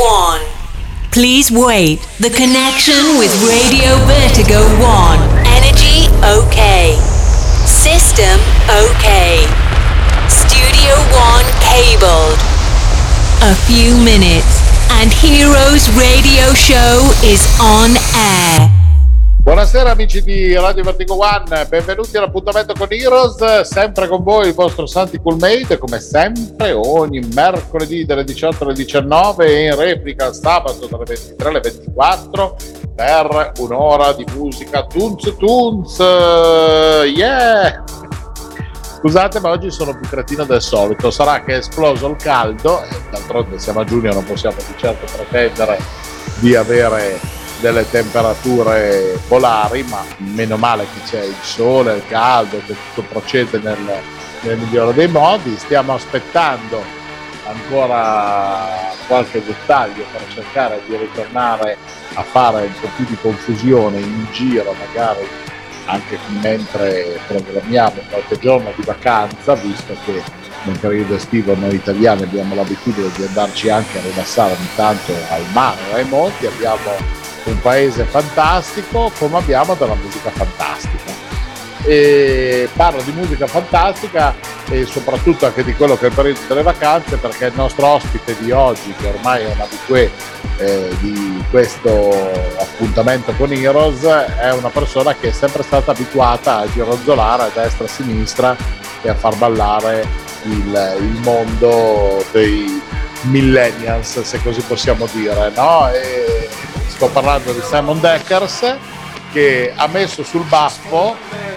1. Please wait. The connection with Radio Vertigo 1. Energy okay. System okay. Studio 1 cabled. A few minutes and Heroes Radio Show is on air. Buonasera amici di Radio Vertigo One, benvenuti all'appuntamento con Heroes, sempre con voi il vostro Santi Coolmate, come sempre ogni mercoledì dalle 18 alle 19 e in replica sabato dalle 23 alle 24 per un'ora di musica Tunz, yeah! Scusate, ma oggi sono più cretino del solito, sarà che è esploso il caldo, e d'altronde siamo a giugno, non possiamo di certo pretendere di avere delle temperature polari, ma meno male che c'è il sole, il caldo, che tutto procede nel migliore dei modi. Stiamo aspettando ancora qualche dettaglio per cercare di ritornare a fare un po' più di confusione in giro, magari anche mentre programmiamo qualche giorno di vacanza, visto che nel periodo estivo noi italiani abbiamo l'abitudine di andarci anche a rilassare ogni tanto al mare o ai monti. Abbiamo un paese fantastico, come abbiamo della musica fantastica, e parlo di musica fantastica e soprattutto anche di quello che è il periodo delle vacanze, perché il nostro ospite di oggi, che ormai è un abitué di questo appuntamento con Heroes, è una persona che è sempre stata abituata a gironzolare a destra e a sinistra e a far ballare il mondo dei millennials, se così possiamo dire, no? E sto parlando di Simon Deckers, che ha messo sul baffo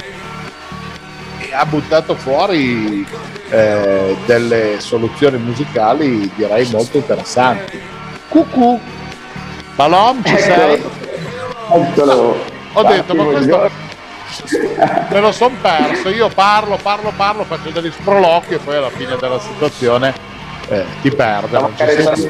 e ha buttato fuori delle soluzioni musicali direi molto interessanti. Cucù, Balom, ci sei? Eccolo. Ho detto, ma questo me lo son perso, io parlo, faccio degli sproloqui e poi alla fine della situazione ti perde. Non ci senti.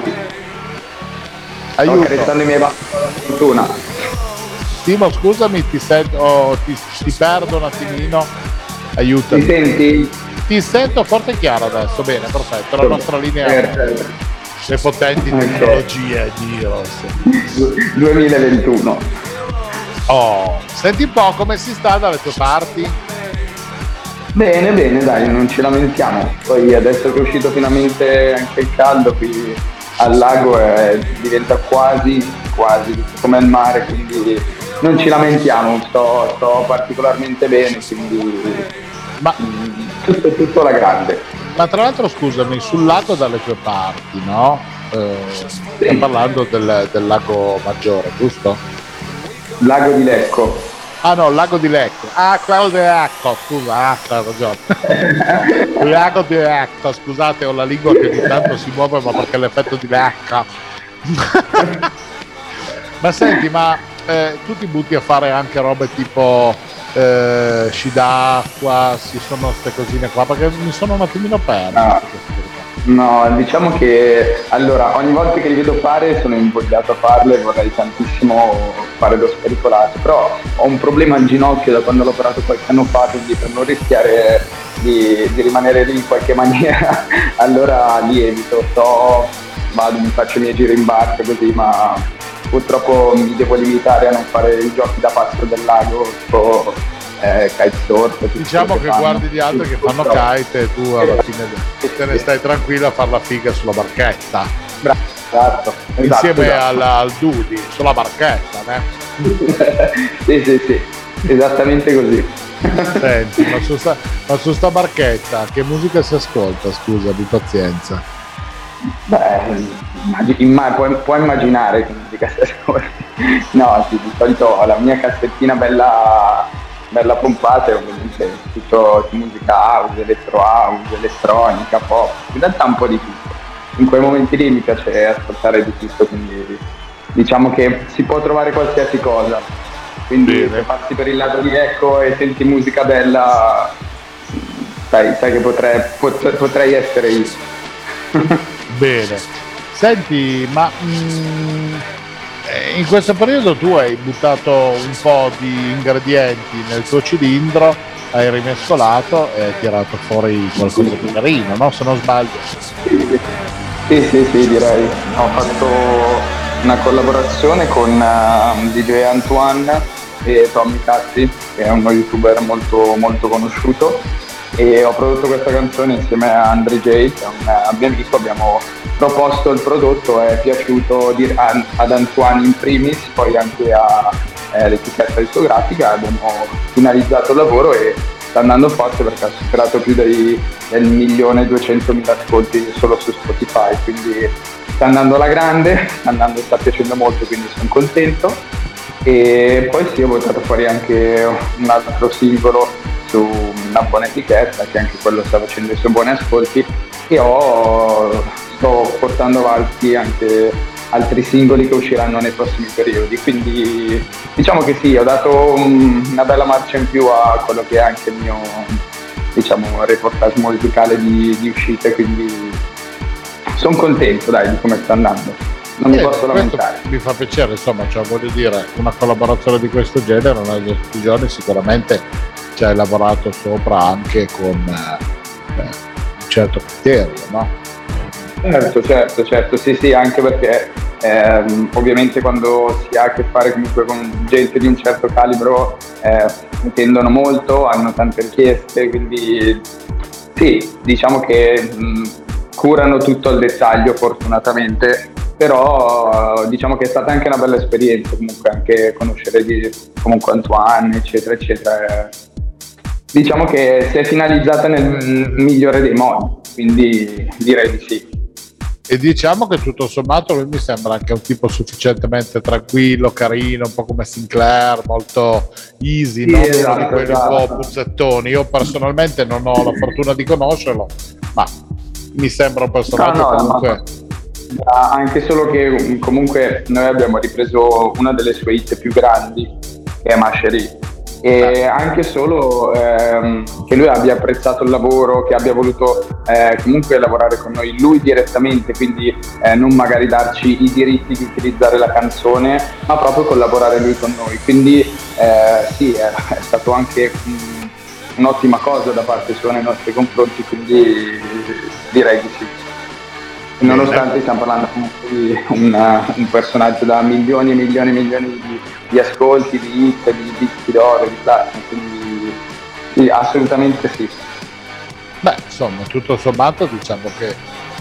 Sto accarezzando i miei baffi per fortuna. Timo, scusami, ti perdo un attimino, aiutami. Mi senti? Ti sento forte e chiaro adesso, bene, perfetto, la nostra linea è le potenti tecnologie di Heroes 2021. Oh, senti un po' come si sta dalle tue parti? Bene, dai, non ci lamentiamo. Poi adesso che è uscito finalmente anche il caldo qui al lago diventa quasi come al mare, quindi non ci lamentiamo, sto particolarmente bene, quindi ma tutto alla grande. Ma tra l'altro scusami, sul lago dalle tue parti, no? Stiamo parlando del lago Maggiore, giusto? Lago di Lecco. Ah no, lago di Lecco. Ah, quello di Lecco, scusa, hai ragione. Lago di Lecco, scusate, ho la lingua che ogni tanto si muove, ma perché l'effetto di Lecco. Ma senti, tu ti butti a fare anche robe tipo sci d'acqua, ci sono queste cosine qua, perché mi sono un attimino perso. No, diciamo che allora ogni volta che li vedo fare sono invogliato a farle, vorrei tantissimo fare lo spericolato, però ho un problema al ginocchio da quando l'ho operato qualche anno fa, quindi per non rischiare di rimanere lì in qualche maniera allora li evito, mi faccio i miei giri in barca così, ma purtroppo mi devo limitare a non fare i giochi da passo del lago, tipo kitesurf. Diciamo che guardi gli altri che fanno kite e tu alla fine te ne stai tranquilla a far la figa sulla barchetta. Esatto. Insieme al Dudi sulla barchetta, sì, esattamente così. Senti, ma su sta barchetta che musica si ascolta, scusa, di pazienza? Beh, puoi immaginare che musica si ascolta. No, sì, di solito ho la mia cassettina bella pompata, e ovviamente tutto musica house, elettronica, pop, in realtà un po' di tutto. In quei momenti lì mi piace ascoltare di tutto, quindi diciamo che si può trovare qualsiasi cosa. Quindi se passi per il lago di Lecco e senti musica bella, sai che potrei essere io. Bene. Senti, ma in questo periodo tu hai buttato un po' di ingredienti nel tuo cilindro, hai rimescolato e hai tirato fuori qualcosa di carino, no? Se non sbaglio. Sì, direi. Ho fatto una collaborazione con DJ Antoine e Tommy Cazzi, che è uno youtuber molto, molto conosciuto, e ho prodotto questa canzone insieme a Andre J, che è un mio amico. Abbiamo proposto il prodotto, è piaciuto ad Antoine in primis, poi anche all'etichetta discografica. Abbiamo finalizzato il lavoro e sta andando forte perché ha superato più del 1.200.000 ascolti solo su Spotify, quindi sta andando alla grande, sta piacendo molto, quindi sono contento. E poi sì, ho buttato fuori anche un altro singolo su una buona etichetta, che anche quello sta facendo i suoi buoni ascolti, e sto portando avanti anche altri singoli che usciranno nei prossimi periodi, quindi diciamo che sì, ho dato una bella marcia in più a quello che è anche il mio, diciamo, reportage musicale di uscite, quindi sono contento, dai, di come sta andando, non mi posso lamentare. Mi fa piacere, insomma, cioè, voglio dire, una collaborazione di questo genere non è di tutti i giorni, sicuramente ci hai lavorato sopra anche con un certo criterio, no? Certo, sì, anche perché ovviamente quando si ha a che fare comunque con gente di un certo calibro intendono molto, hanno tante richieste, quindi sì, diciamo che curano tutto al dettaglio, fortunatamente, però diciamo che è stata anche una bella esperienza, comunque anche conoscere comunque Antoine, eccetera eccetera. Diciamo che si è finalizzata nel migliore dei modi, quindi direi di sì. E diciamo che tutto sommato lui mi sembra anche un tipo sufficientemente tranquillo, carino, un po' come Sinclair, molto easy, sì, no? Esatto, Di quelli un po' puzzettoni. Io personalmente non ho la fortuna di conoscerlo, ma mi sembra un personaggio comunque... Anche solo che comunque noi abbiamo ripreso una delle sue hit più grandi, che è Mashery, e anche solo che lui abbia apprezzato il lavoro, che abbia voluto comunque lavorare con noi lui direttamente, quindi non magari darci i diritti di utilizzare la canzone, ma proprio collaborare lui con noi, quindi sì, è stato anche un'ottima cosa da parte sua nei nostri confronti, quindi direi di sì. Nonostante stiamo parlando di un personaggio da milioni e milioni e milioni di ascolti, di hit, di dischi d'oro, di platino, quindi sì, assolutamente sì. Beh, insomma, tutto sommato diciamo che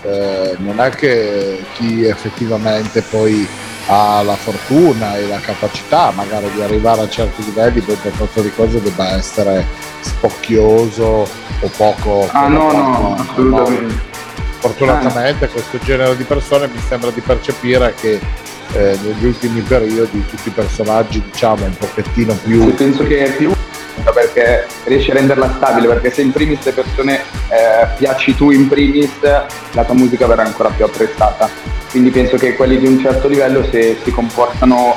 non è che chi effettivamente poi ha la fortuna e la capacità magari di arrivare a certi livelli poi per forza di cose debba essere spocchioso o poco... No, assolutamente. Fortunatamente questo genere di persone mi sembra di percepire che negli ultimi periodi tutti i personaggi, diciamo, un pochettino più... Sì, penso che è più perché riesci a renderla stabile, perché se in primis le persone piaci tu in primis, la tua musica verrà ancora più apprezzata, quindi penso che quelli di un certo livello, se si comportano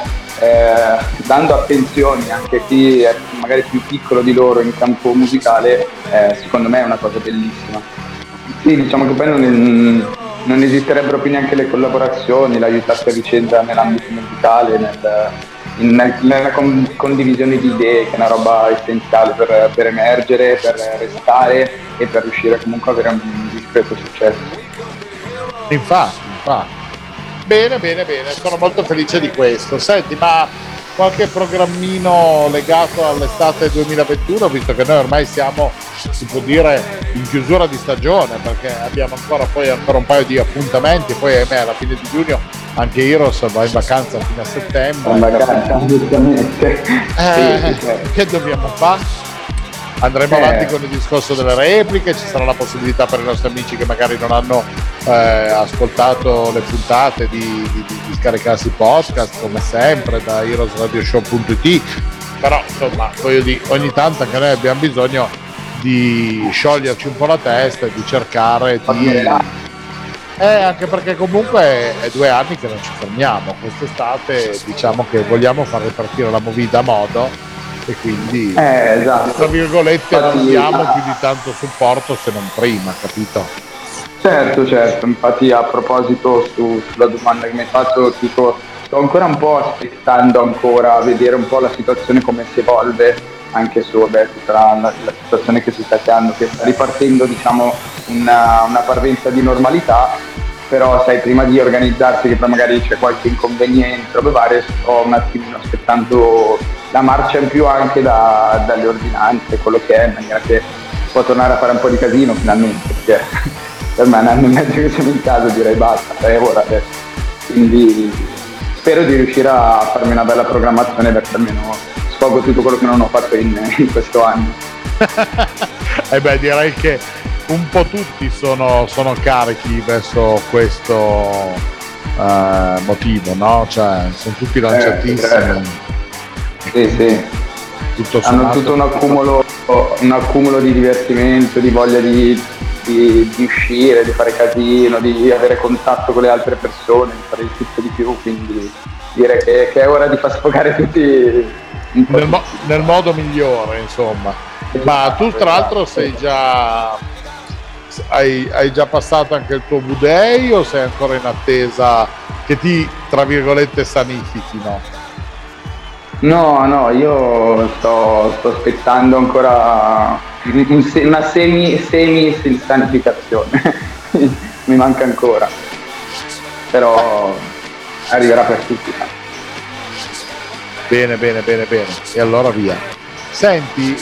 dando attenzione anche a chi è magari più piccolo di loro in campo musicale, secondo me è una cosa bellissima. Sì, diciamo che poi non esisterebbero più neanche le collaborazioni, l'aiutarsi a vicenda nell'ambito musicale, nella condivisione di idee, che è una roba essenziale per emergere, per restare e per riuscire comunque ad avere un discreto successo. Infatti. Bene, sono molto felice di questo. Senti, ma qualche programmino legato all'estate 2021, visto che noi ormai siamo, si può dire, in chiusura di stagione, perché abbiamo ancora un paio di appuntamenti, poi ahimè alla fine di giugno anche Heroes va in vacanza fino a settembre. In vacanza, giustamente. Che dobbiamo fare? Andremo avanti con il discorso delle repliche, ci sarà la possibilità per i nostri amici che magari non hanno ascoltato le puntate di scaricarsi il podcast, come sempre, da heroesradioshow.it, però insomma, voglio dire, ogni tanto anche noi abbiamo bisogno di scioglierci un po' la testa e di cercare di... anche perché comunque è 2 anni che non ci fermiamo, quest'estate diciamo che vogliamo far ripartire la movida a modo, e quindi esatto. Tra virgolette non diamo più di tanto supporto se non prima, capito? Certo, infatti a proposito sulla domanda che mi hai fatto, tipo, sto ancora un po' aspettando a vedere un po' la situazione come si evolve, anche su tutta la situazione che si sta creando, che sta ripartendo, diciamo, una parvenza di normalità, però sai, prima di organizzarsi che poi magari c'è qualche inconveniente, robe varie, sto un attimino aspettando la marcia in più anche dalle ordinanze, quello che è, in maniera che può tornare a fare un po' di casino finalmente, perché per me è un anno e mezzo che sono in casa, direi basta, è ora adesso. Quindi spero di riuscire a farmi una bella programmazione, perché almeno sfogo tutto quello che non ho fatto in questo anno. E beh, direi che un po' tutti sono carichi verso questo motivo, no? Cioè, sono tutti lanciatissimi. Sì. Tutto hanno tutto un accumulo di divertimento, di voglia di uscire, di fare casino, di avere contatto con le altre persone, di fare il tutto di più, quindi direi che è ora di far sfogare tutti nel modo migliore, insomma. Ma tu tra l'altro sei già hai già passato anche il tuo V-Day o sei ancora in attesa che ti, tra virgolette, sanifichino? No, io sto aspettando ancora una semi-sanificazione. Mi manca ancora, però arriverà per tutti. Bene, e allora via. Senti,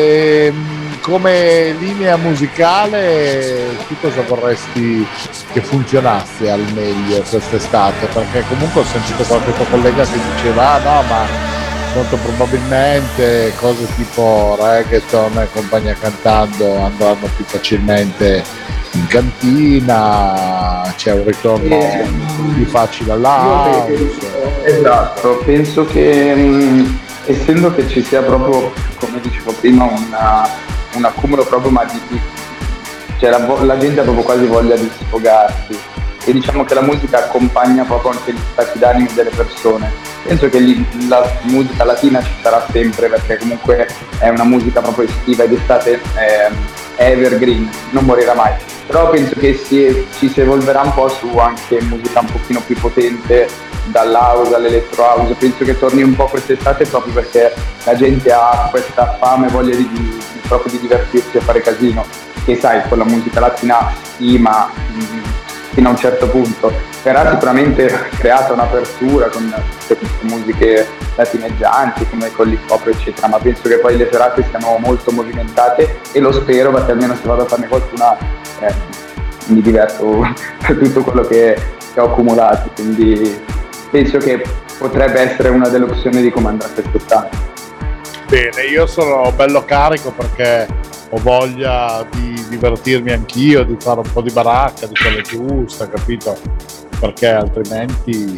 come linea musicale tu cosa vorresti che funzionasse al meglio quest'estate? Perché comunque ho sentito qualche tuo collega che diceva no, ma molto probabilmente cose tipo reggaeton e compagnia cantando andranno più facilmente in cantina, c'è un ritorno più facile all'house. Esatto, penso che essendo che ci sia proprio, come dicevo prima, un accumulo proprio, ma cioè la gente ha proprio quasi voglia di sfogarsi, e diciamo che la musica accompagna proprio anche gli stati d'animo delle persone. Penso che la musica latina ci sarà sempre, perché comunque è una musica proprio estiva ed estate, è evergreen, non morirà mai. Però penso che ci si evolverà un po' su anche musica un pochino più potente, dall'house all'electro house. Penso che torni un po' quest'estate proprio perché la gente ha questa fame e voglia proprio di divertirsi e fare casino, che sai, con la musica latina stima fino a un certo punto. Verrà sicuramente creata un'apertura con tutte queste musiche latineggianti come con l'hip hop eccetera, ma penso che poi le serate siano molto movimentate, e lo spero, perché almeno se vado a farne qualcuna mi diverto per tutto quello che ho accumulato, quindi penso che potrebbe essere una delle opzioni di come andrà quest'estate. Bene, io sono bello carico perché ho voglia di divertirmi anch'io, di fare un po' di baracca, di quelle giuste, capito? Perché altrimenti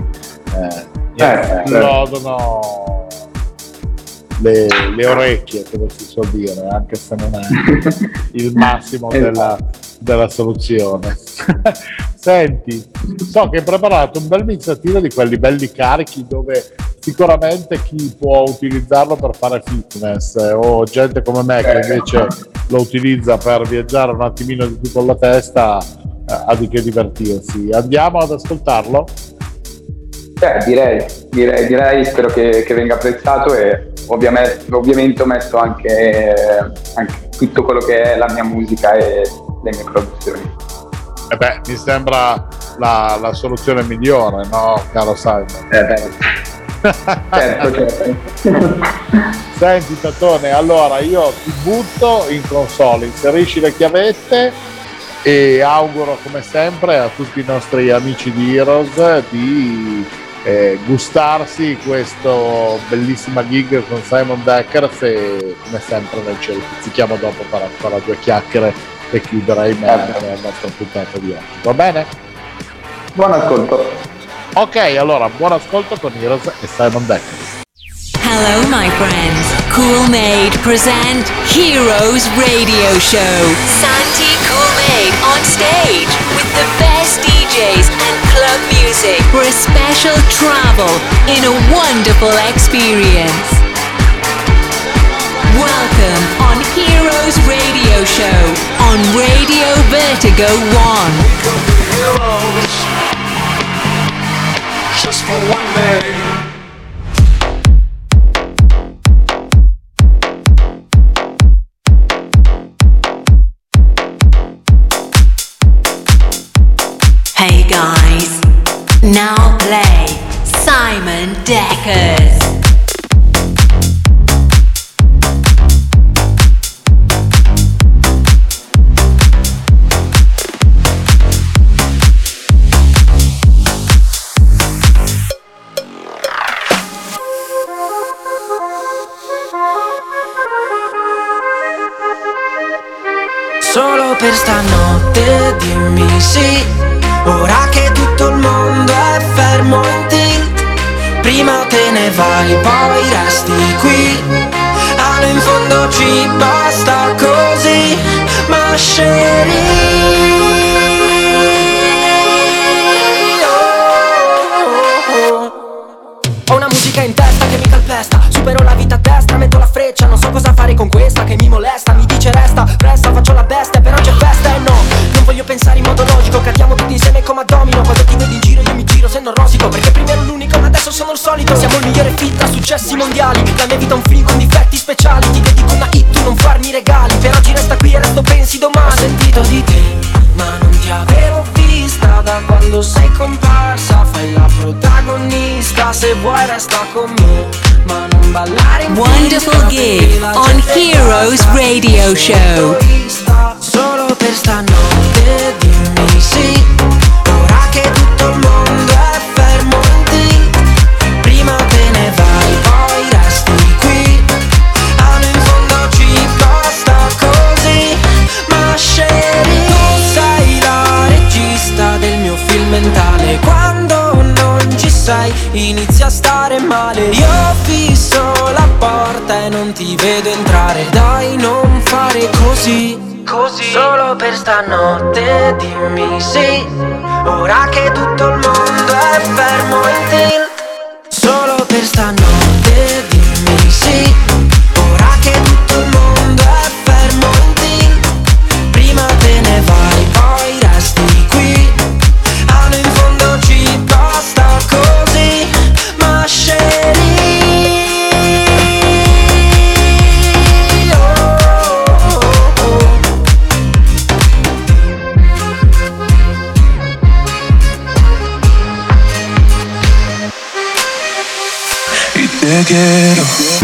esplodono le orecchie, come si suol dire, anche se non è il massimo della soluzione. Senti, so che hai preparato un bel mixatino di quelli belli carichi, dove sicuramente chi può utilizzarlo per fare fitness o gente come me che invece lo utilizza per viaggiare un attimino di più con la testa ha di che divertirsi. Andiamo ad ascoltarlo? Direi, spero che venga apprezzato, e ovviamente ho messo anche tutto quello che è la mia musica e le mie produzioni. Mi sembra la soluzione migliore, no, caro Simon? Certo. Senti Tatone, allora io ti butto in console, inserisci le chiavette e auguro come sempre a tutti i nostri amici di Heroes di gustarsi questo bellissima gig con Simon Deckers, e come sempre noi ci pizzichiamo dopo per ancora due chiacchiere e chiudere la nostra puntata di oggi. Va bene? Buon ascolto. Ok, allora buon ascolto con Heroes e Simon Deckers. Hello my friends, Cool Made present Heroes Radio Show. Santi Cool Made on stage with the best DJs and club music for a special travel in a wonderful experience. Welcome on Heroes Radio Show on Radio Vertigo 1. We could be heroes just for one day. Hey guys, now play Simon Deckers. Solo per stanotte dimmi sì, ora che tutto il mondo è fermo in tilt. Prima te ne vai, poi resti qui. Allo in fondo ci basta così, ma ho una musica in testa che mi calpesta, supero la vita a destra, metto la freccia, non so cosa fare con questa che mi molesta, mi dice resta, faccio la bestia, però c'è festa e no, non voglio pensare in modo logico, cadiamo tutti insieme come a domino, quando ti vedi in giro io mi giro se non rosico, perché prima ero l'unico ma adesso sono il solito, siamo il migliore fit tra successi mondiali, la mia vita è un film con difetti speciali, ti dedico una hit, tu non farmi regali, per oggi resta qui e resto pensi domani, ho sentito di te, ma non ti avevo vista da quando sei comparsa, fai la protagonista, se vuoi resta con me, ma non ballare in Wonderful gig on Heroes Radio Show. Solo per stanotte dimmi sì, ora che tutto il mondo è fermo in tilt. Prima te ne vai, poi resti qui. Allo in fondo ci basta così, ma scegli. Tu sei la regista del mio film mentale. Quando non ci sei inizia a stare male. Io fisso la porta e non ti vedo entrare. Dai, non fare così. Solo per stanotte dimmi sì, ora che tutto il mondo è fermo in tilt. Solo per stanotte dimmi sì, ora che tutto il mondo è fermo in tilt. Prima te ne vai, poi resti qui. Allo in fondo ci basta così, ma scegli. Te quiero.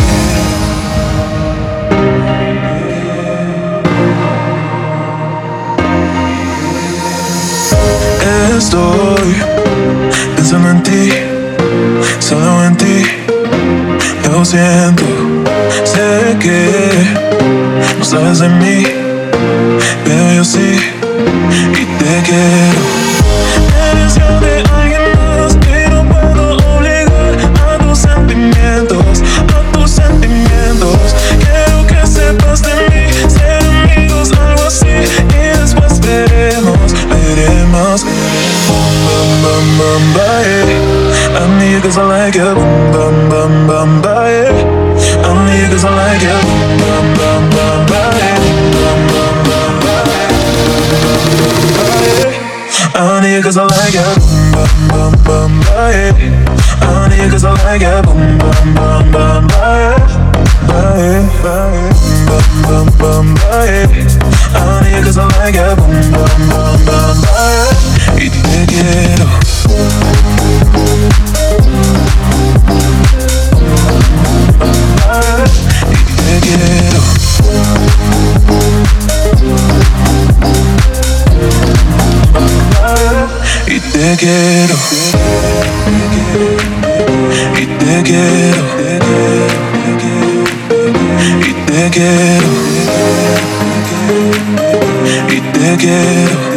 Estoy pensando en ti, solo en ti. Yo siento, sé que no sabes de mí, pero yo sí, y te quiero. Eres yo de alguien más que no puedo obligar a tus sentimientos, a tus sentimientos. Quiero que sepas de mí, ser amigos, algo así, y después veremos. Boom, bam, bam, bam, bye. I need 'cause I like it. Boom, bam, bam, bam, bye. I need 'cause I like it. Boom, bam, bam, bam, bye. Bam, bam, bam, bye. I need 'cause I like it. Boom, bam, bam, bye. I need 'cause I like it. Boom, bam, bam, bam, bye. Bye, bye. Bam, bam, bam, bye. I need 'cause I like it. Boom, bam, bam, bam, bye. Y te quiero. Y te quiero. Y te quiero. Y te quiero. Y te quiero. Y te quiero.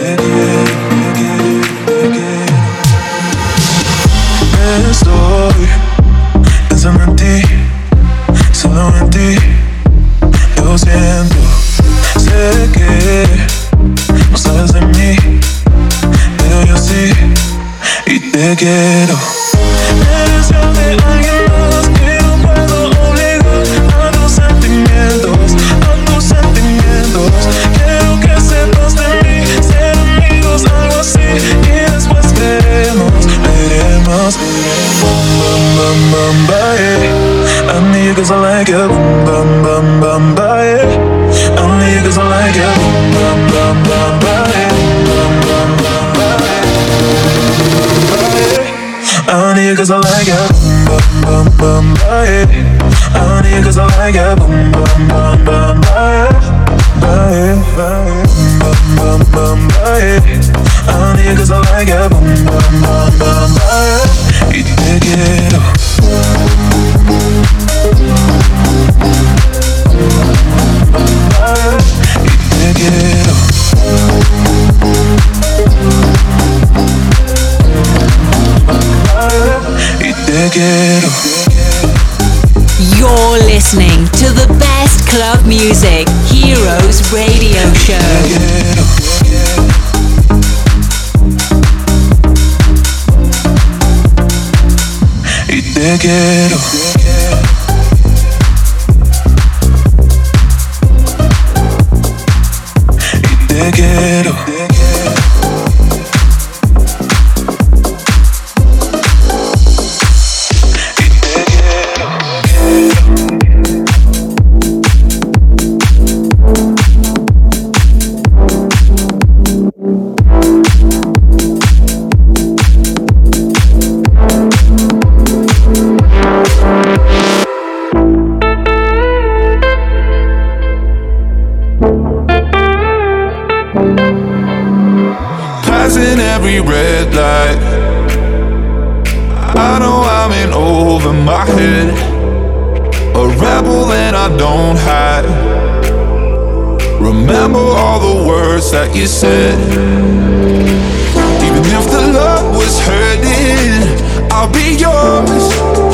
Estoy pensando en ti, solo en ti. Yo siento, sé que no sabes de mí, pero yo sí, y te quiero. Eres yo de alguien más que no puedo obligar a tus sentimientos, a tus sentimientos. Quiero que sepas de mí, ser amigos, algo así, y después veremos, veremos. Boom, bam, bam, bam, bye. I need 'cause I like it. Boom, bam, bam, bam, bye. I need 'cause I like it. Boom, bam, bam, bam, bye. Bam, bam, bam, bye. it cause I like it. Boom, boom, boom, boom, I want it cause I like it. Boom, boom, boom, boom, boom, boom, boom, boom, I want it cause I like it. Boom, boom, boom, boom, y te quiero. Y te quiero. Y te quiero. You're listening to the best club music, Heroes Radio Show. Y te quiero. Y te quiero. That you said, even if the love was hurting, I'll be yours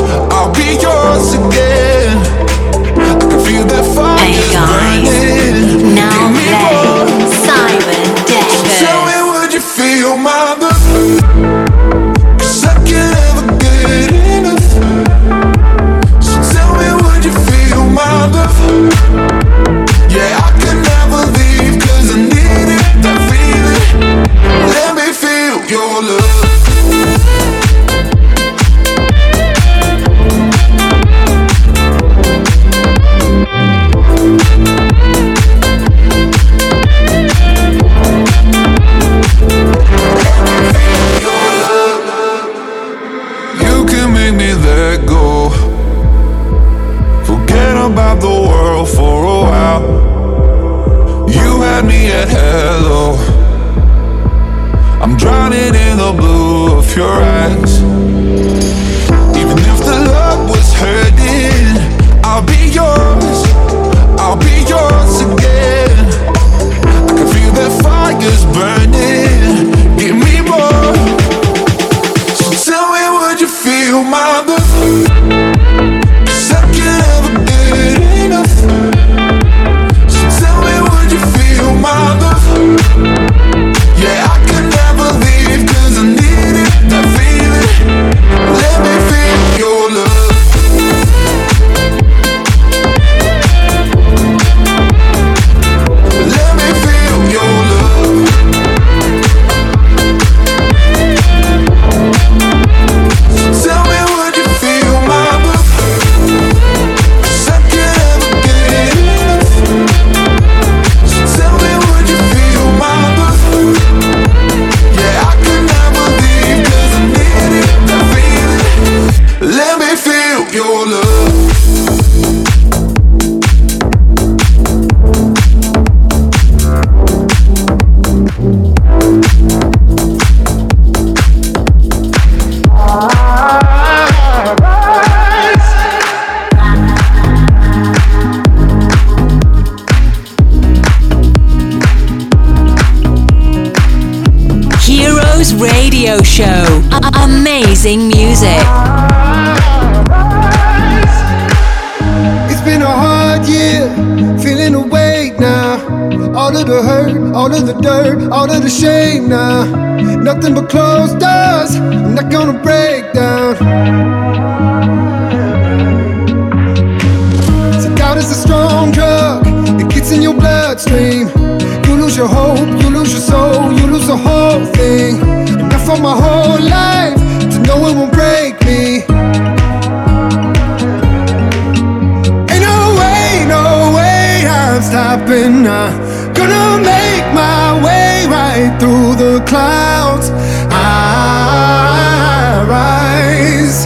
again. I can feel that fire. Hey guys, now play Simon Dekker. Tell me, would you feel my love? 'Cause I can't ever get enough. So tell me, would you feel my love? Yeah, I can never leave 'cause I need it, that feeling. Let me feel your love. You can make me let go. Forget about the world for a while. You had me at hello. I'm drowning in the blue of your eyes. Even if the love was hurting, I'll be yours again. I can feel that fire's burning. Give me more. So tell me, would you feel my love? 'Cause I can't ever get enough. So tell me, would you feel my love? Yeah, I can never leave 'cause I need it, that feeling. Let me feel your love. Let me feel your love. So tell me, would you feel my love? 'Cause I can't ever get enough. So tell me, would you feel my love? Yeah, I can never leave 'cause I need it, that feeling. Let me feel your love. Heroes Radio Show. Amazing music. It's been a hard year, feeling awake now. All of the hurt, all of the dirt, all of the shame now. Nothing but closed doors, I'm not gonna break down. So doubt is a strong drug, it gets in your bloodstream. You lose your hope, you lose your soul, you lose the whole thing. And I fought my whole life to know it won't break me. Ain't no way I'm stopping now. Gonna make my way right through the clouds. I rise.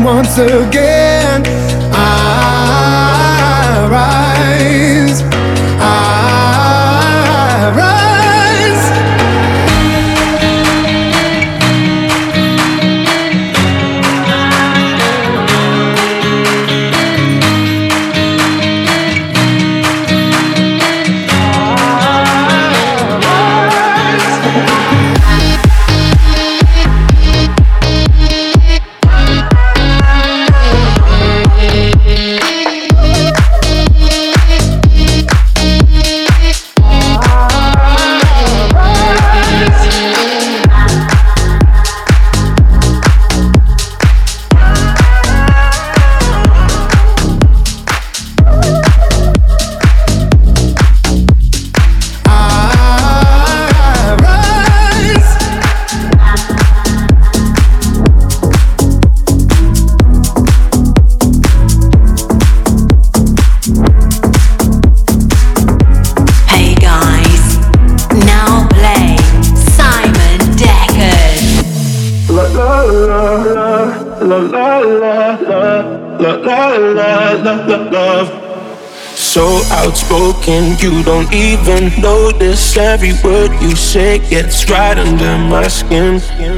and once again I rise, I rise. So outspoken, you don't even notice. Every word you say gets right under my skin.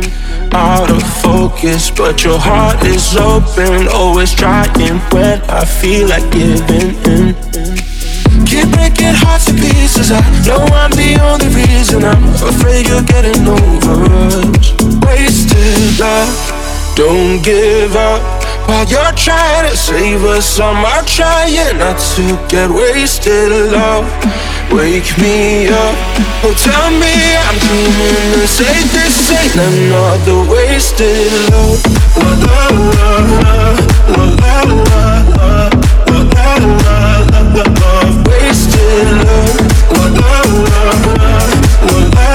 Out of focus, but your heart is open. Always trying when I feel like giving in. Keep breaking hearts to pieces. I know I'm the only reason. I'm afraid you're getting over us. Wasted love, don't give up. While you're trying to save us, I'm trying not to get wasted. Love, wake me up. Oh, tell me I'm dreaming and say this ain't another wasted love. La la la la la la la la la la la. Wasted love. La la la la la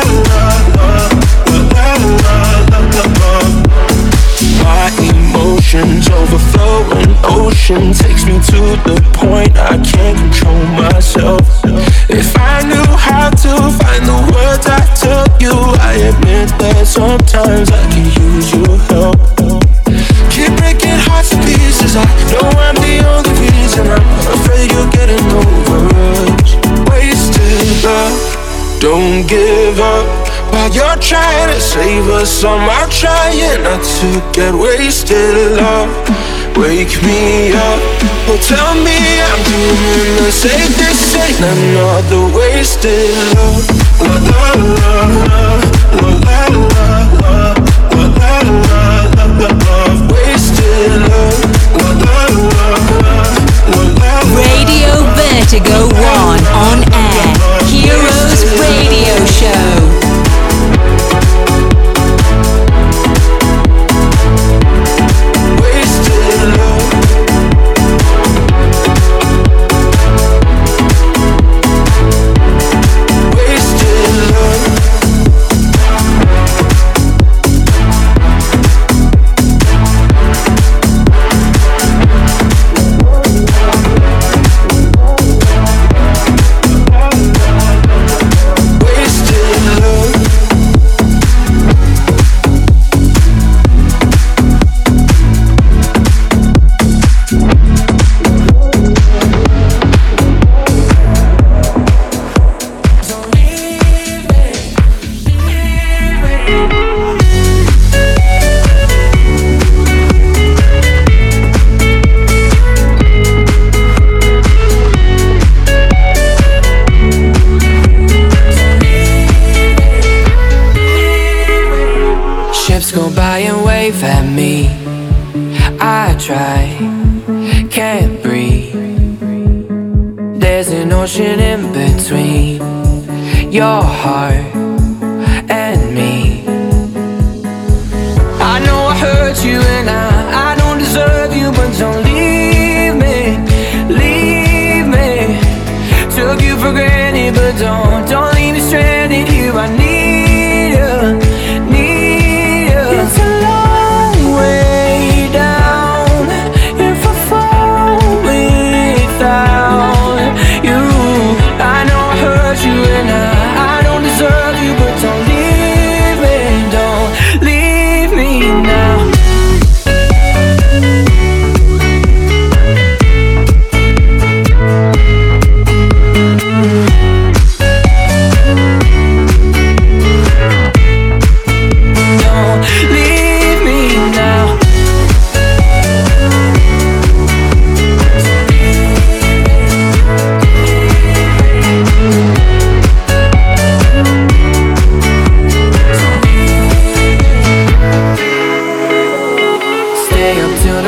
la la la la. My emotions overflowing ocean takes me to the point I can't control myself. If I knew how to find the words I tell you, I admit that sometimes I can use your help. Keep breaking hearts to pieces. I know I'm the only reason. I'm afraid you're getting over us. Wasted love, don't give up. While you're trying to save us, I'm trying not to get wasted. Love, wake me up. Oh, tell me I'm dreaming and say this ain't another wasted love. La la la la la la la la la la la. Wasted love. La la la la. Radio Vertigo 1 on air. Heroes Radio Show. Your heart and me. I know I hurt you and I don't deserve you, but don't leave me, leave me. Took you for granted, but don't leave me stranded here. I need you, need you. It's a long way down if I fall without you. I know I hurt you and I don't deserve you, but don't leave me now.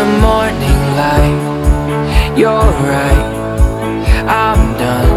the morning light. You're right, I'm done.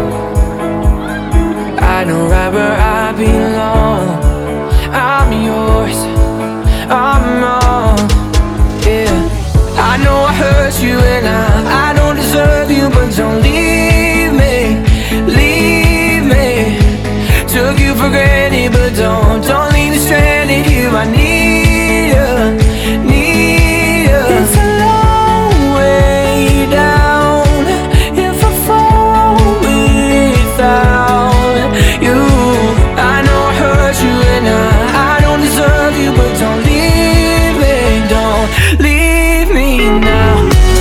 I know right where I belong. I'm yours, I'm wrong. Yeah, I know I hurt you and I don't deserve you, but don't leave me, leave me. Took you for granted, but don't leave me stranded here. I need you, need you. It's a long way down if I fall without you. I know I hurt you and I don't deserve you, but don't leave me now.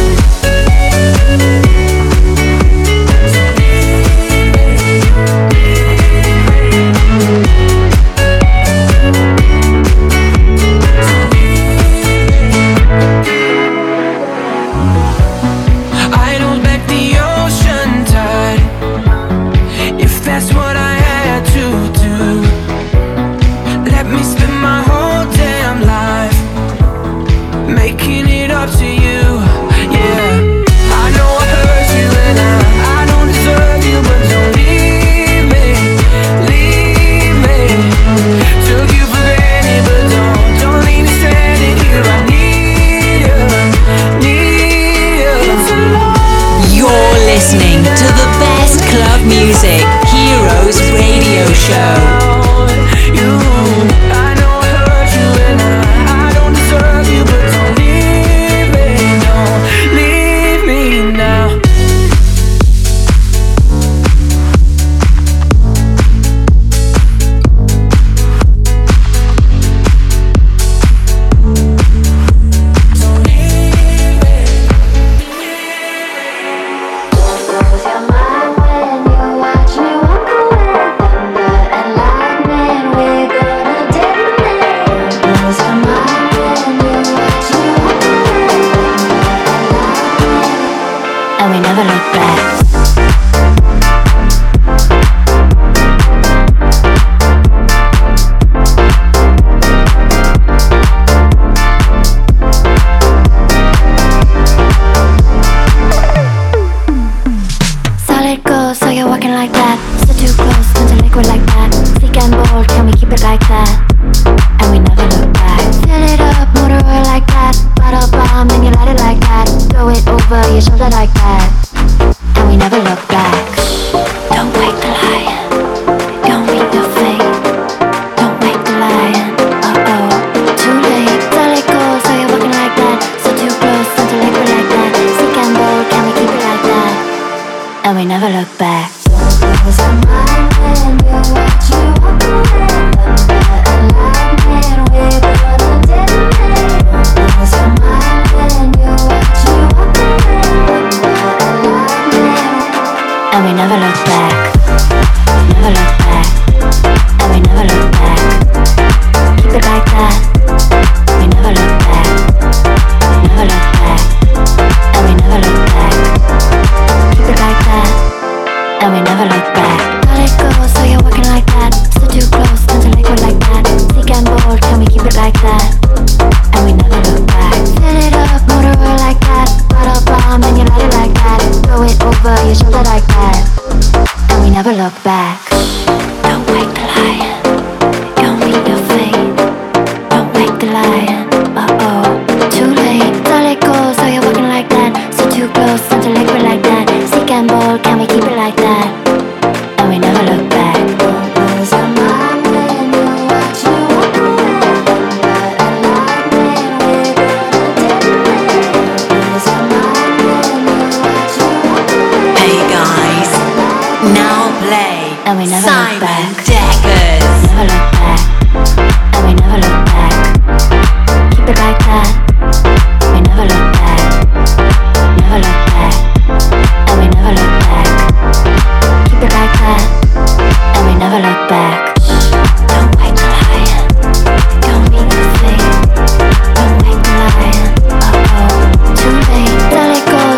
Music, Heroes Radio Show.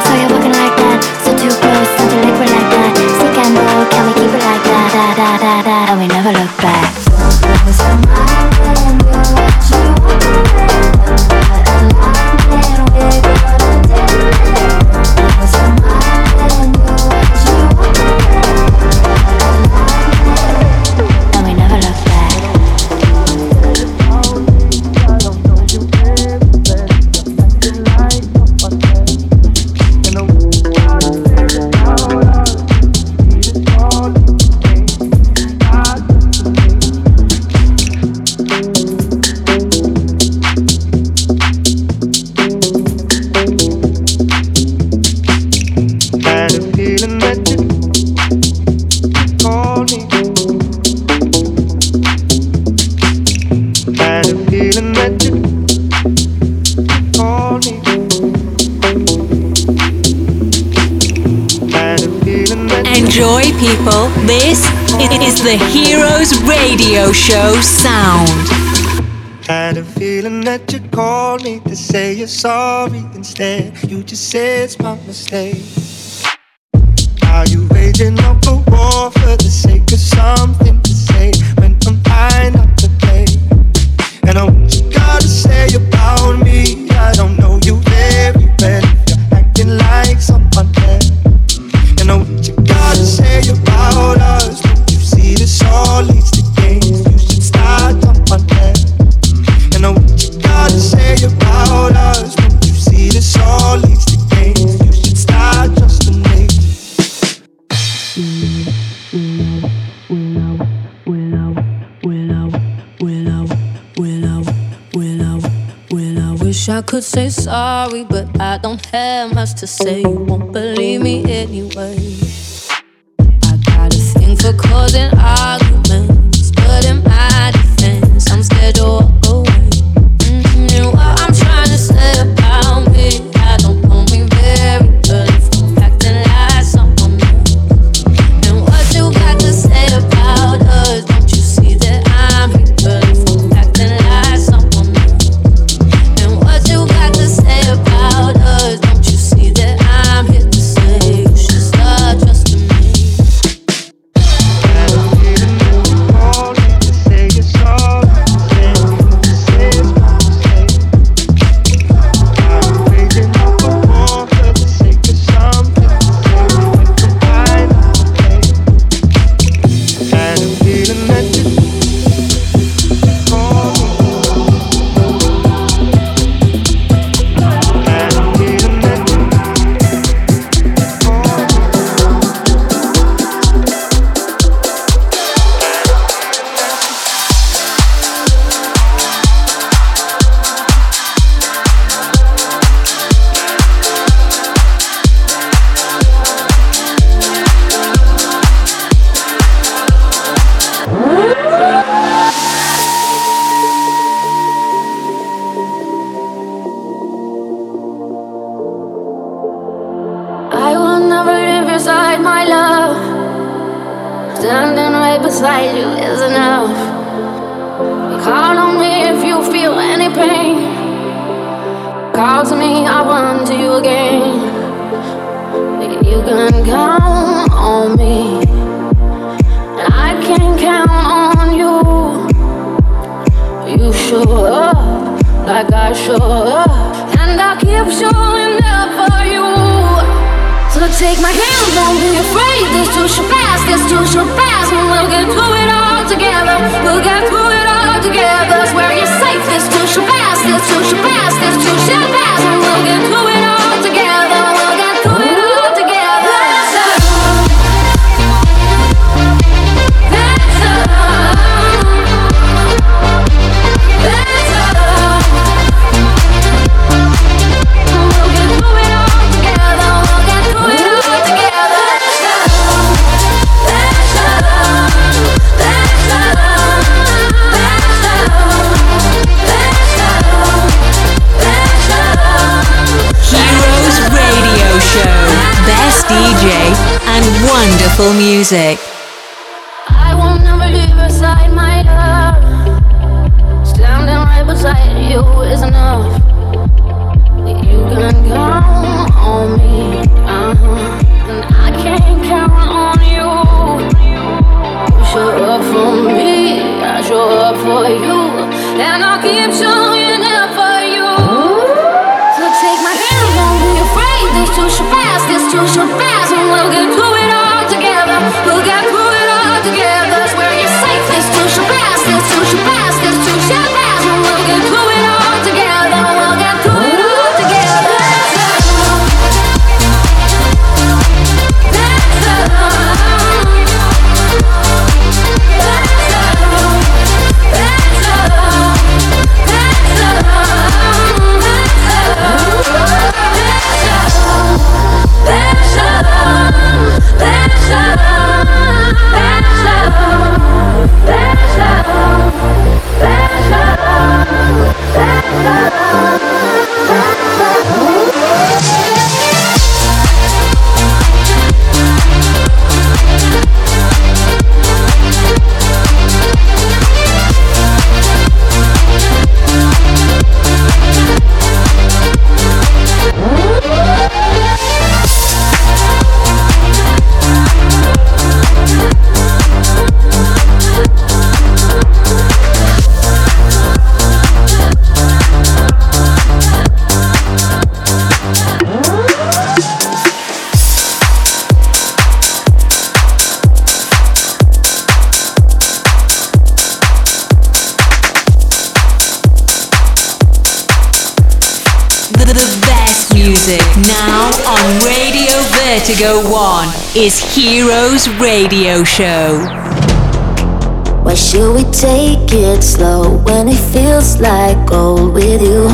da da Enjoy, people. This is the Heroes Radio Show sound. Had a feeling that you called me to say you're sorry. Instead, you just said it's my mistake. Are you waging up a war for the sake of something to say when I'm trying not to play? And what you gotta say about me, I don't know you very well. If you're acting like someone else. And what you gotta say about us, don't you see this all leads to games? You should start someone else. And what you gotta say about us, don't you see this all leads to games? You should start just a name. Wish I could say sorry, but I don't have much to say. You won't believe me anyway. I got a thing for causing arguments, but in my defense, I'm scared to walk away. And what I'm trying to say about me, I don't know me very well. If I'm acting like someone else. And what you got to say about us, don't you see that I'm here? But if I'm acting like someone else. And what you got to say about us, don't you see that I'm here to say you should start trusting me. Standing right beside you is enough. Call on me if you feel any pain. Call to me, I'll run to you again. You can count on me, and I can count on you. You show up like I show up, and I'll keep showing up for you. So take my hand, don't be afraid. This too shall pass, this too shall pass, and we'll get through it all together. We'll get through it all together. Swear you're safe. This too shall pass, this too shall pass, this too shall pass, and we'll get through it all together. We'll get through it all together. Best DJ and wonderful music. I won't never leave beside my love. Standing right beside you is enough. You can count on me, and I can count on you. You show up for me, I show up for you, and I'll keep showing up for you. So take my hand, don't be afraid. This too shall pass, this too shall pass, and we'll get through it all together. We'll get through it all together. Swear you're safe. This too shall pass, this too shall pass, this too shall pass, and we'll get through it all together. We'll get through it all together. That's music. Now on Radio Vertigo 1 is Heroes Radio Show. Why should we take it slow when it feels like gold with you?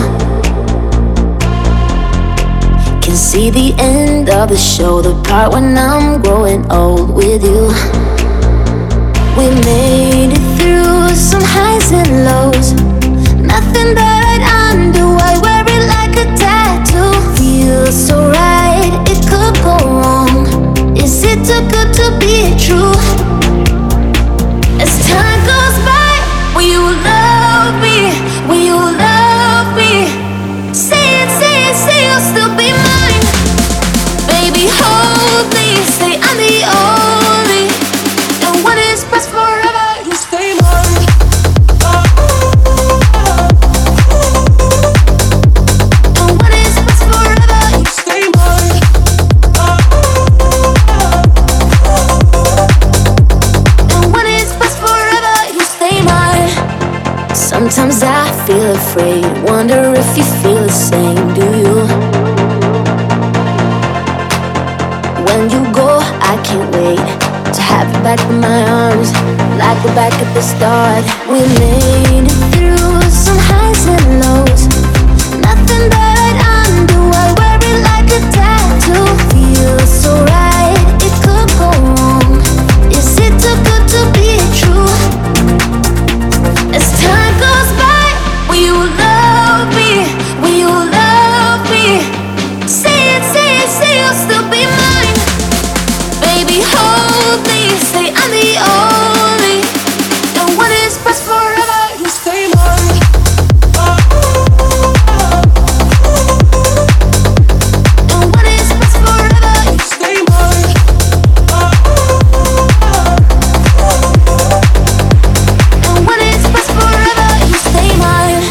Can see the end of the show, the part when I'm growing old with you. We made it through some highs and lows. Nothing that I'd undo, I wear it like a tattoo. Feels so right, it could go wrong. Is it too good to be true? As time goes by, will you love me? Will you love me? Say it, say it, say you'll still be mine. Baby, hold me, say I'm the only. And what is best forever, you stay mine. And what is best forever, you stay mine. And what is best forever, you stay mine. Sometimes I feel afraid, wonder if you feel the same, do you? When you go, I can't wait to have you back in my arms, like we're back at the start. We made it through some highs and lows. Nothing that I'd undo, I wear it like a tattoo. Feels so right, it could go wrong. Is it too good to be true? As time goes by, will you love me? Will you love me? Say it, say you'll still be mine. Baby, hold me, say I'm the only. And what is best forever, you stay mine. And what is best forever, you stay mine. And what is best forever, you stay mine.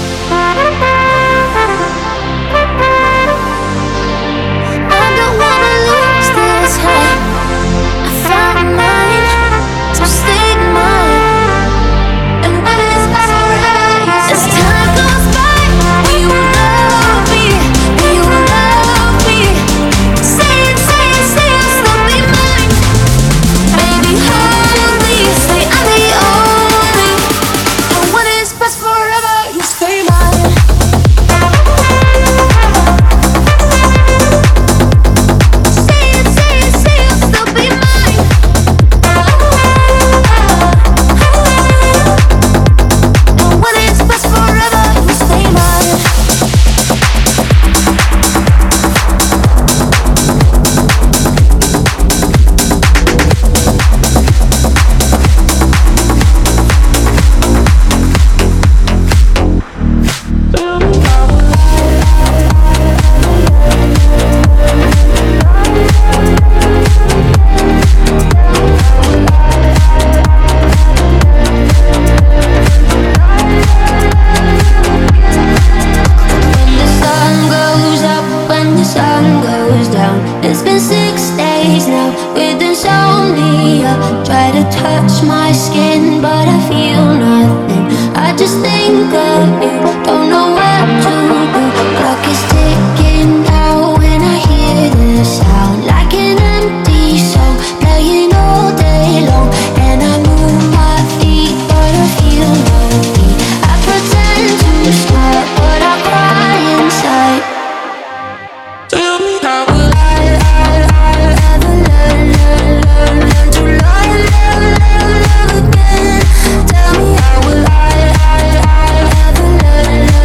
I don't wanna lose this high. I found mine, so stay mine. And what is best forever, as time goes by, will you love me? Will you love me? Say it, you'll still be mine. Baby, hold me, say I'm the only. And what is best forever, you stay mine. Say it, you'll still be mine. And what is best forever, you stay mine. When the sun goes up, when the sun goes down. It's been 6 days now with insomnia. Try to touch my skin, but I feel nothing. I just think of you, don't know what to do. Clock is ticking now when I hear the sound, like an empty song playing all day long. And I move my feet, but I feel no beat. I pretend to smile, but I cry inside. Tell me how will I ever learn to love again? Tell me how will I ever learn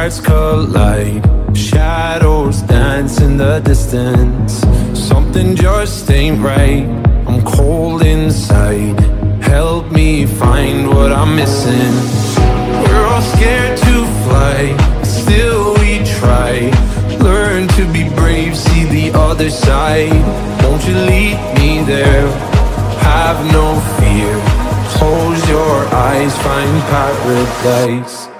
hearts collide. Shadows dance in the distance. Something just ain't right. I'm cold inside. Help me find what I'm missing. We're all scared to fly, still we try. Learn to be brave, see the other side. Won't you lead me there? Have no fear. Close your eyes, find paradise.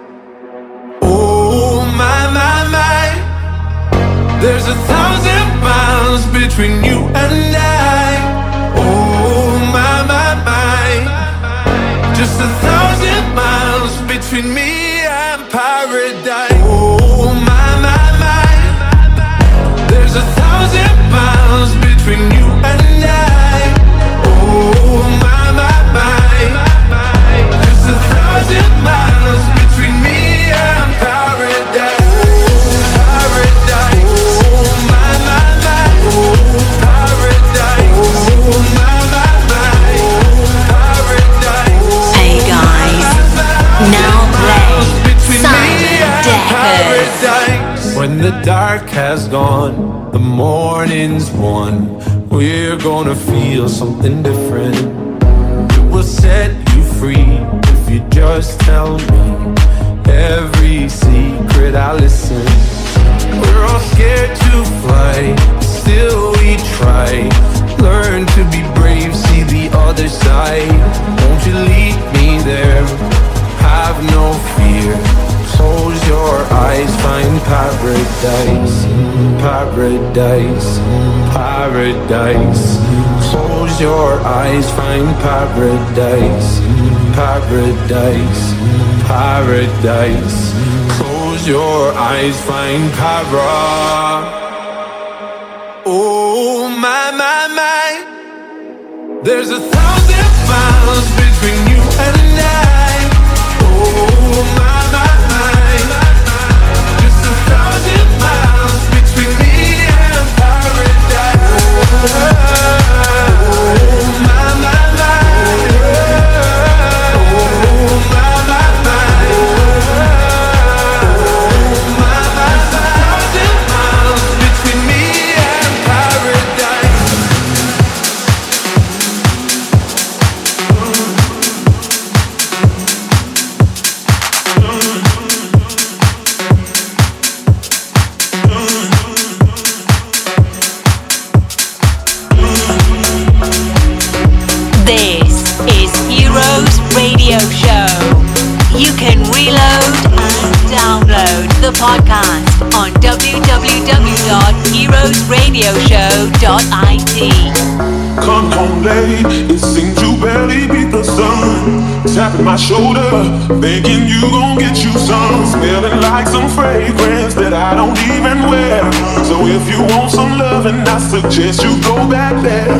Oh my, my, my. There's 1,000 miles between you and I. Oh my, my, my. Just 1,000 miles between me and paradise. Oh my, my, my. There's 1,000 miles between you and I. Oh my, my, my. Just 1,000 miles between me and paradise. Paradise. Oh my, my, my. Paradise. Oh my, my, my. Paradise. Hey guys, now play Simon Deckers. When the dark has gone, the morning's won. We're gonna feel something different. It will set you free if you just tell me every secret I listen. We're all scared to fly, still we try. Learn to be brave, see the other side. Won't you lead me there? Have no fear. Close your eyes, find paradise. Paradise, paradise. Close your eyes, find paradise. Paradise, paradise. Close your eyes, find para. Oh my, my, my. There's 1,000 miles between you and I. Oh my, my, my. Just 1,000 miles between me and paradise. Oh my, my, my. Oh my, my, my. Oh my, my, my. 1,000 miles between me and paradise. This is Heroes Radio Show. You can reload and download the podcast on www.heroesradioshow.it. Come home late, it seems you barely beat the sun. Tapping my shoulder, thinking you gon' get you some. Smelling like some fragrance that I don't even wear. So if you want some loving, I suggest you go back there.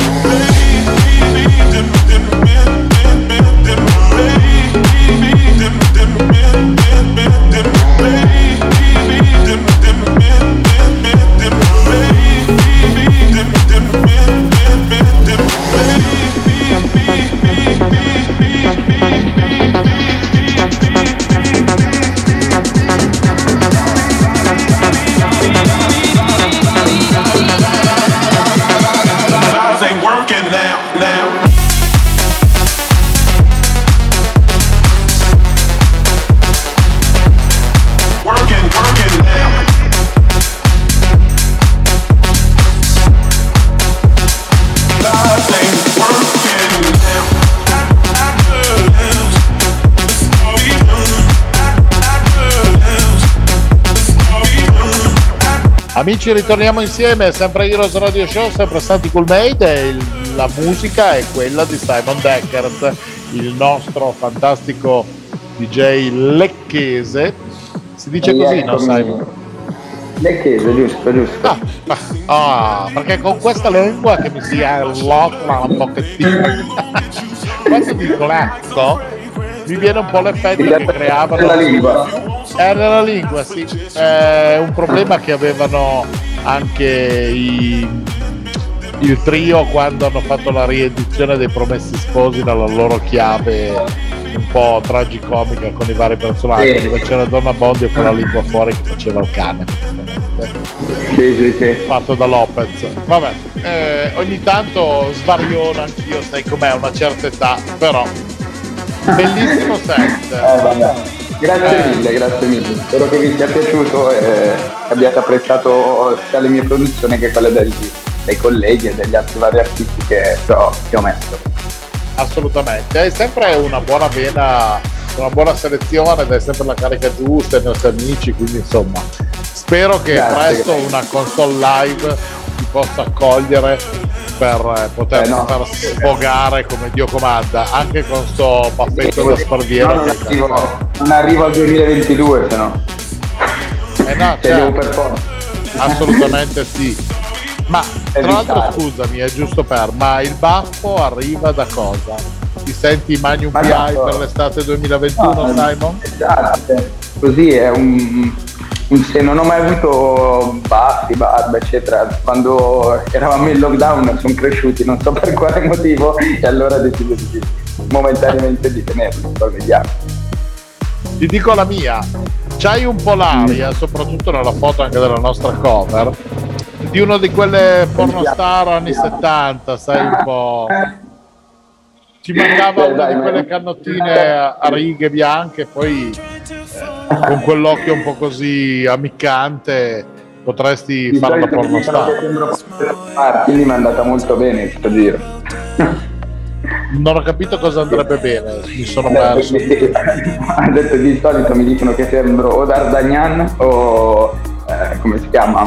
Amici, ritorniamo insieme, sempre Heroes Radio Show, sempre Santi Cool Made, e la musica è quella di Simon Deckers, il nostro fantastico DJ lecchese. Si dice così, no Simon? Lecchese, giusto. Perché con questa lingua che mi si allotta un pochettino. Quando dico lecco, mi viene un po' l'effetto che creavano nella lingua. Nella lingua, sì. È un problema che avevano anche il trio quando hanno fatto la riedizione dei Promessi Sposi dalla loro chiave un po' tragicomica con i vari personaggi, Sì. dove c'era Donna Bondi con la lingua fuori che faceva il cane. Sì. Fatto da Lopez. Vabbè, ogni tanto svariono anch'io, sai com'è, a una certa età, però bellissimo set. Vabbè. Grazie mille. Spero che vi sia piaciuto e abbiate apprezzato sia le mie produzioni che quelle dei colleghi e degli altri vari artisti che ho messo. Assolutamente, è sempre una buona vena, una buona selezione, ed è sempre la carica giusta ai nostri amici, quindi insomma spero che presto una console live ti possa accogliere per poter far sfogare come Dio comanda, anche con sto baffetto da sparviero. Non arrivo al 2022, se no. No, devo per forza. Assolutamente sì. Ma tra l'altro scusami, è giusto ma il baffo arriva da cosa? Ti senti Magnum PI per l'estate 2021, Simon? Esatto, così è un se non ho mai avuto baffi, barba eccetera. Quando eravamo in lockdown sono cresciuti, non so per quale motivo, e allora decido momentaneamente di tenerli, poi vediamo. Ti dico la mia, c'hai un po' l'aria, soprattutto nella foto anche della nostra cover, di uno di quelle pornostar anni 70, sai, un po'. Ci mancava una di quelle cannottine a righe bianche, poi con quell'occhio un po' così ammiccante potresti fare la pornostar. Quindi mi è andata molto bene questo giro. Non ho capito cosa andrebbe bene, mi sono perso. Ha detto di solito mi dicono che sembro o D'Artagnan o come si chiama?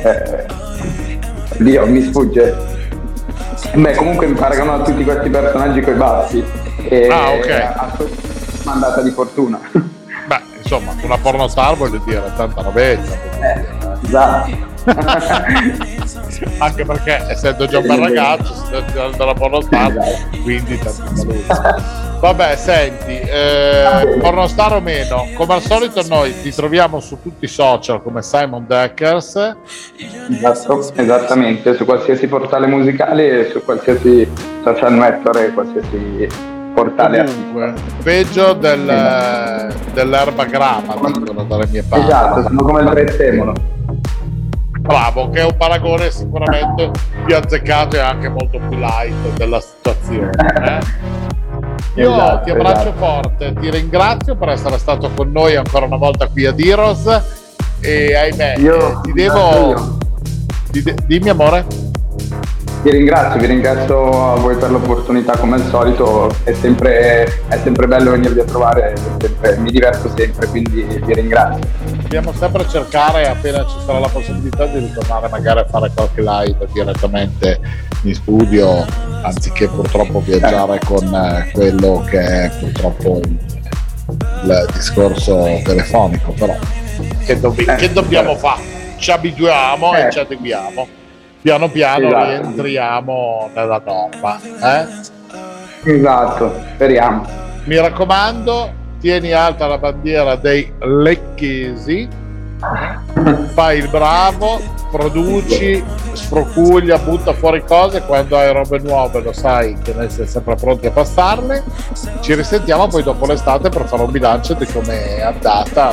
Dio, mi sfugge. Beh, comunque mi paragono a tutti questi personaggi coi baffi. Ok. Mandata di fortuna. Beh, insomma, una pornostar voglio dire, tanta robetta. Esatto. Anche perché essendo già un bel ragazzo si sta tirando la pornostar, quindi tanti saluti. Vabbè, senti, pornostar o meno, come al solito noi ti troviamo su tutti i social come Simon Deckers. Esattamente, su qualsiasi portale musicale e su qualsiasi social network, qualsiasi portale. Comunque, peggio dell'erba grama, dicono dalle mie parti. Esatto, sono come il prezzemolo. Bravo, che è un paragone sicuramente più azzeccato e anche molto più light della situazione. Io ti abbraccio forte, ti ringrazio per essere stato con noi ancora una volta qui ad Heroes e ahimè ti devo... Dimmi amore. Vi ringrazio a voi per l'opportunità come al solito, è sempre bello venirvi a trovare, mi diverto sempre, quindi vi ringrazio. Dobbiamo sempre cercare, appena ci sarà la possibilità, di ritornare magari a fare qualche live direttamente in studio, anziché purtroppo viaggiare con quello che è purtroppo il discorso telefonico, però che dobbiamo fare? Ci abituiamo e ci adeguiamo. Piano piano rientriamo nella norma. Esatto, speriamo. Mi raccomando, tieni alta la bandiera dei lecchesi, fai il bravo, produci, sfrocuglia, butta fuori cose, quando hai robe nuove lo sai che noi siamo sempre pronti a passarle. Ci risentiamo poi dopo l'estate per fare un bilancio di come è andata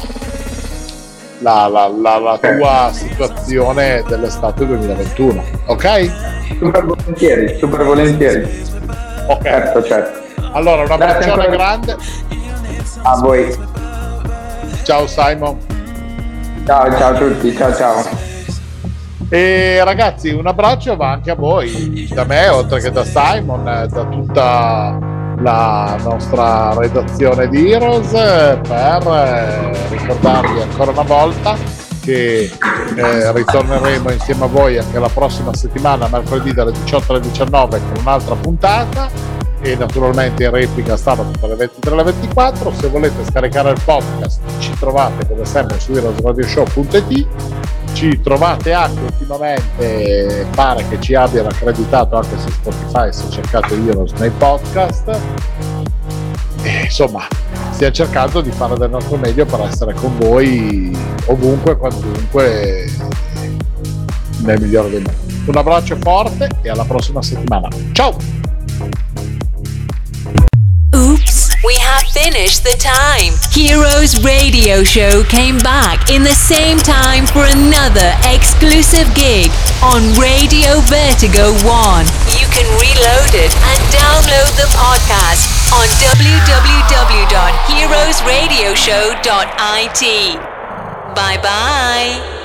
la tua situazione dell'estate 2021, ok? Super volentieri. Ok, certo. Allora un abbraccione grande a voi. Ciao Simon. Ciao a tutti, ciao. E ragazzi, un abbraccio va anche a voi, da me oltre che da Simon, da tutta la nostra redazione di Heroes, per ricordarvi ancora una volta che ritorneremo insieme a voi anche la prossima settimana, mercoledì dalle 18 alle 19 con un'altra puntata, e naturalmente in replica sabato dalle 23 alle 24. Se volete scaricare il podcast ci trovate come sempre su heroesradioshow.it. Ci trovate anche ultimamente, pare che ci abbiano accreditato anche su Spotify se cercate Heroes nei podcast, e insomma stiamo cercando di fare del nostro meglio per essere con voi ovunque, quandunque, nel migliore dei modi. Un abbraccio forte e alla prossima settimana, ciao. Oops, we have finished the time. Heroes Radio Show came back in the same time for another exclusive gig on Radio Vertigo 1. You can reload it and download the podcast on www.heroesradioshow.it. Bye bye.